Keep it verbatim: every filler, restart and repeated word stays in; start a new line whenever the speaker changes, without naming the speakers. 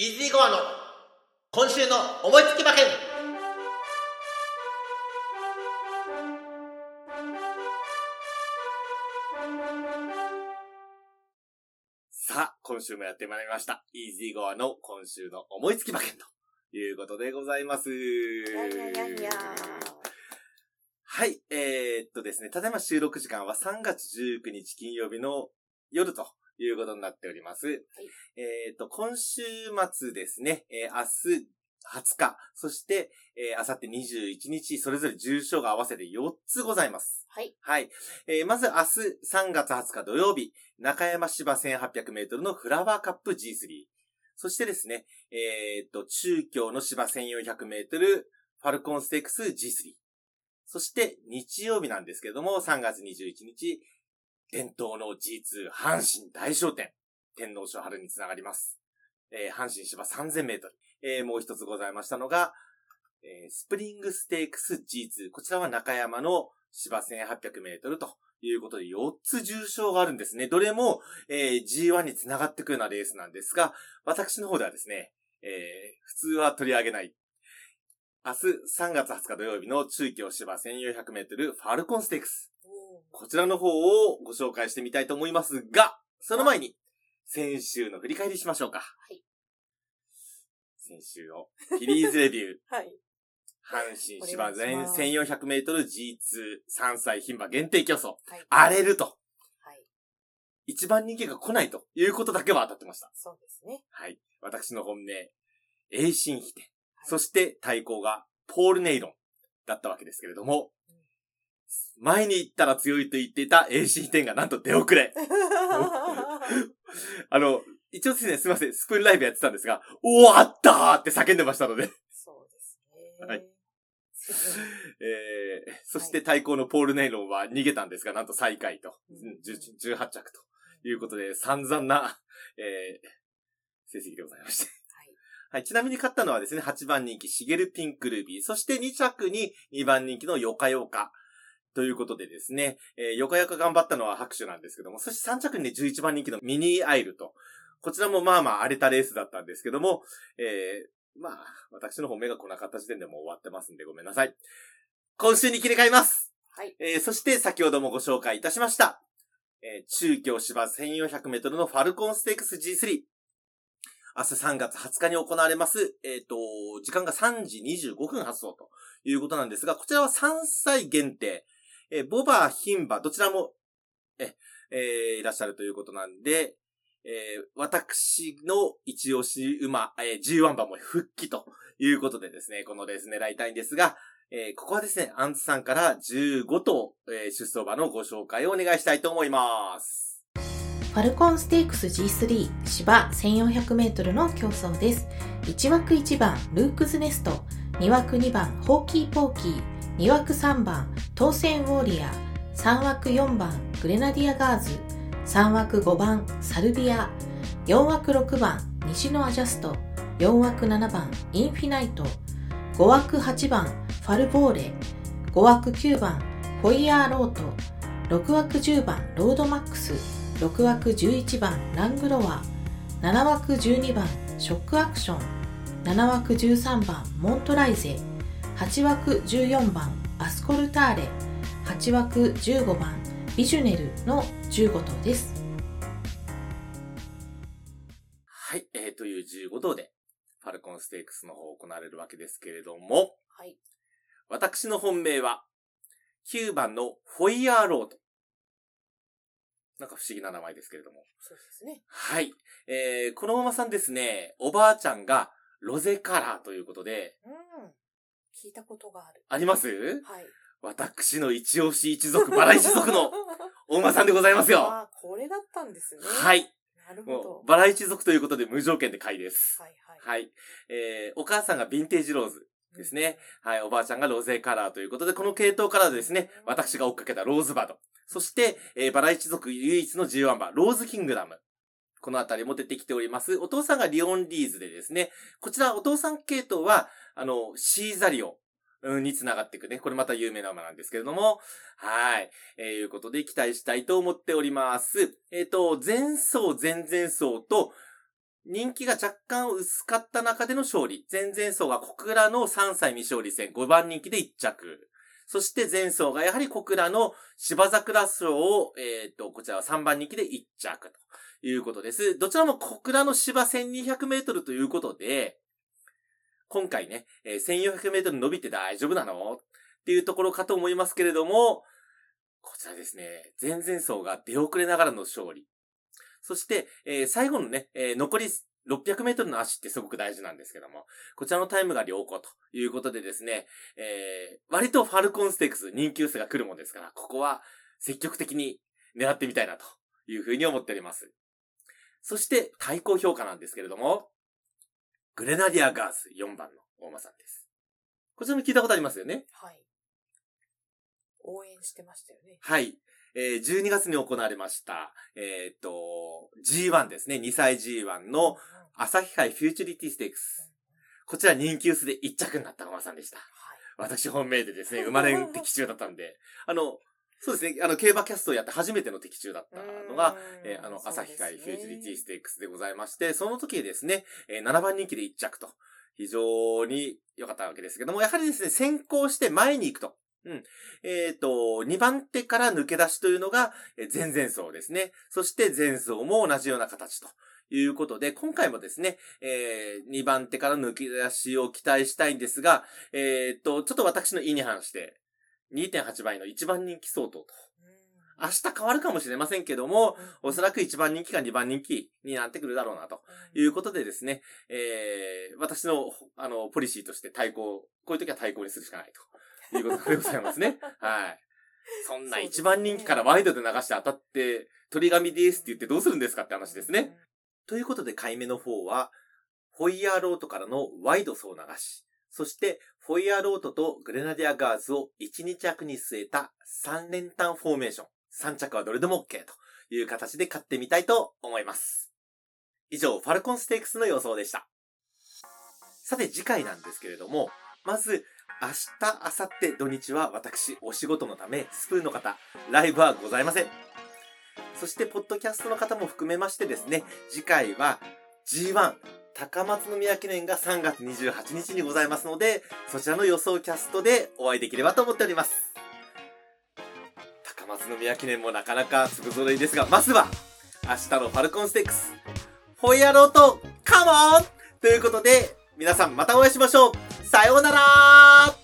イージーゴアの今週の思いつき馬券。さあ、今週もやってまいりました。イージーゴアの今週の思いつき馬券ということでございます。
いやいやいやいや。
はい、えー、っとですね、ただいま収録時間はさんがつじゅうくにち金曜日の夜ということになっております。はい、えー、っと、今週末ですね、えー、明日はつか、そして、えー、明後日にじゅういちにち、それぞれ重賞が合わせてよっつございます。
はい。
はい。えー、まず明日さんがつはつか土曜日、中山芝せんはっぴゃくメートルのフラワーカップ ジースリー。そしてですね、えー、っと、中京の芝せんよんひゃくメートルファルコンステークス ジースリー。そして日曜日なんですけれども、さんがつにじゅういちにち、伝統の ジーツー 阪神大賞典、天皇賞春につながります。えー、阪神芝さんぜんメートル。えー、もう一つございましたのが、えー、スプリングステークス ジーツー。こちらは中山の芝せんはっぴゃくメートルということでよっつ重賞があるんですね。どれも、えー、ジーワン につながってくるようなレースなんですが、私の方ではですね、えー、普通は取り上げない。明日さんがつはつか土曜日の中京芝せんよんひゃくメートルファルコンステークス。こちらの方をご紹介してみたいと思いますが、その前に先週の振り返りしましょうか。はい。先週のフィリーズレビュー。
はい。
阪神芝せんよんひゃくメートル ジーツー さんさい牝馬限定競争。はい。荒れると。はい。一番人気が来ないということだけは当たってました。
そうですね。
はい。私の本命、栄進飛天。そして対抗がポールネイロンだったわけですけれども、うん、前に行ったら強いと言っていた栄進飛天がなんと出遅れ。あの、一応ですね、すいません、スプーンライブやってたんですが、終わったーって叫んでましたので。
そうですね。
はい。えー、そして対抗のポールネイロンは逃げたんですが、なんと最下位と、うん、じゅうはちちゃくということで、散々な、えー、成績でございまして。はい。ちなみに勝ったのはですね、はちばん人気、シゲルピンクルビー。そしてにちゃくににばん人気のヨカヨカ。ということでですね、えー、ヨカヨカ頑張ったのは拍手なんですけども、そしてさんちゃくにね、じゅういちばん人気のミニーアイルと。こちらもまあまあ荒れたレースだったんですけども、えー、まあ、私の方目が来なかった時点でもう終わってますんでごめんなさい。今週に切り替えます。はい。えー、そして先ほどもご紹介いたしました。えー、中京芝せんよんひゃくメートルのファルコンステークス ジースリー。明日さんがつはつかに行われます。えっと、時間がさんじにじゅうごふん発送ということなんですが、こちらはさんさい限定。えー、ボバ、牝馬、どちらも、え、えー、いらっしゃるということなんで、えー、私の一押し馬、えー、ジーワン 馬も復帰ということでですね、このレース狙いたいんですが、えー、ここはですね、アンツさんからじゅうごとう、えー、出走馬のご紹介をお願いしたいと思います。
ファルコンステークス ジースリー 芝せんよんひゃくメートルの競争です。いちわくいちばんルークズネスト、にわくにばんホーキーポーキー、にわくさんばん当選ウォーリアー、さんわくよんばんグレナディアガーズ、さんわくごばんサルビア、よんわくろくばん西のアジャスト、よんわくななばんインフィナイト、ごわくはちばんファルボーレ、ごわくきゅうばんフォイヤーロート、ろくわくじゅうばんロードマックス、ろくわくじゅういちばんラングロワ、ななわくじゅうにばんショックアクション、ななわくじゅうさんばんモントライゼ、はちわくじゅうよんばんアスコルターレ、はちわくじゅうごばんビジュネルのじゅうごとうです。
はい、えー、というじゅうごとうでファルコンステークスの方行われるわけですけれども、はい、私の本命はきゅうばんのフォイヤーロード。なんか不思議な名前ですけれども。
そうですね。
はい。えー、このママさんですね、おばあちゃんがロゼカラーということで。
うん。聞いたことがある。
あります？
はい。
私の一押し一族、バラ一族のお馬さんでございますよ。
ああ、これだったんですね。
はい。
なるほど。
バラ一族ということで無条件で買いです。
はいはい。
はい。えー、お母さんがヴィンテージローズですね。うん、はい。おばあちゃんがロゼカラーということで、この系統からですね、うん、私が追っかけたローズバド。そして、えー、バラ一族唯一の ジーワン 馬、ローズキングダム。このあたりも出てきております。お父さんがリオンリーズでですね、こちらお父さん系統は、あの、シーザリオにつながっていくね。これまた有名な馬なんですけれども、はい。えー、いうことで期待したいと思っております。えっと、前走、前々走と、 人気が若干薄かった中での勝利。前々走が小倉のさんさい未勝利戦ごばん人気でいっちゃく。そして前走がやはり小倉の芝桜賞を、えっと、こちらはさんばん人気でいっちゃくということです。どちらも小倉の芝せんにひゃくメートルということで、今回ね、えー、せんよんひゃくメートル伸びて大丈夫なのっていうところかと思いますけれども、こちらですね、前々走が出遅れながらの勝利。そして、えー、最後のね、えー、残りろっぴゃくメートルの足ってすごく大事なんですけども、こちらのタイムが良好ということでですね、えー、割とファルコンステークス人気薄が来るもんですから、ここは積極的に狙ってみたいなというふうに思っております。そして、対抗評価なんですけれども、グレナディアガーズよんばんの大間さんです。こちらも聞いたことありますよね。
はい。応援してましたよね。
はい。えー、じゅうにがつに行われました、えっと、ジーワン ですね。にさい ジーワン の朝日杯フューチュリティステークス。こちら人気薄でいっちゃくになった大間さんでした。はい、私本命でですね、生まれん的中だったんで、あの、そうですね、あの、競馬キャストをやって初めての的中だったのが、えー、あの、朝日杯フューチュリティステークスでございまして、その時ですね、えー、ななばん人気でいっちゃくと、非常に良かったわけですけども、やはりですね、先行して前に行くと。うん。えっと、にばん手から抜け出しというのが、前々走ですね。そして前走も同じような形ということで、今回もですね、えー、にばん手から抜け出しを期待したいんですが、えっと、ちょっと私の意に反して、にてんはちばいのいちばん人気相当と。明日変わるかもしれませんけども、おそらくいちばん人気かにばん人気になってくるだろうな、ということでですね、えー、私の、あの、ポリシーとして対抗、こういう時は対抗にするしかないと。いうことでございますね。はい。そんないちばん人気からワイドで流して当たって、鳥紙ですって言ってどうするんですかって話ですね。ということで、回目の方は、フォイヤーロートからのワイド走流し、そして、フォイヤーロートとグレナディアガーズをいち、に着に据えたさん連単フォーメーション。さん着はどれでも OK という形で買ってみたいと思います。以上、ファルコンステークスの予想でした。さて、次回なんですけれども、まず、明日、明後日、土日は私、お仕事のため、スプーンの方、ライブはございません。そして、ポッドキャストの方も含めましてですね、次回は ジーワン 高松宮記念がさんがつにじゅうはちにちにございますので、そちらの予想キャストでお会いできればと思っております。高松宮記念もなかなか粒揃いですが、まずは、明日のファルコンステークス、フォイヤロート、カモンということで、皆さんまたお会いしましょう。さようなら。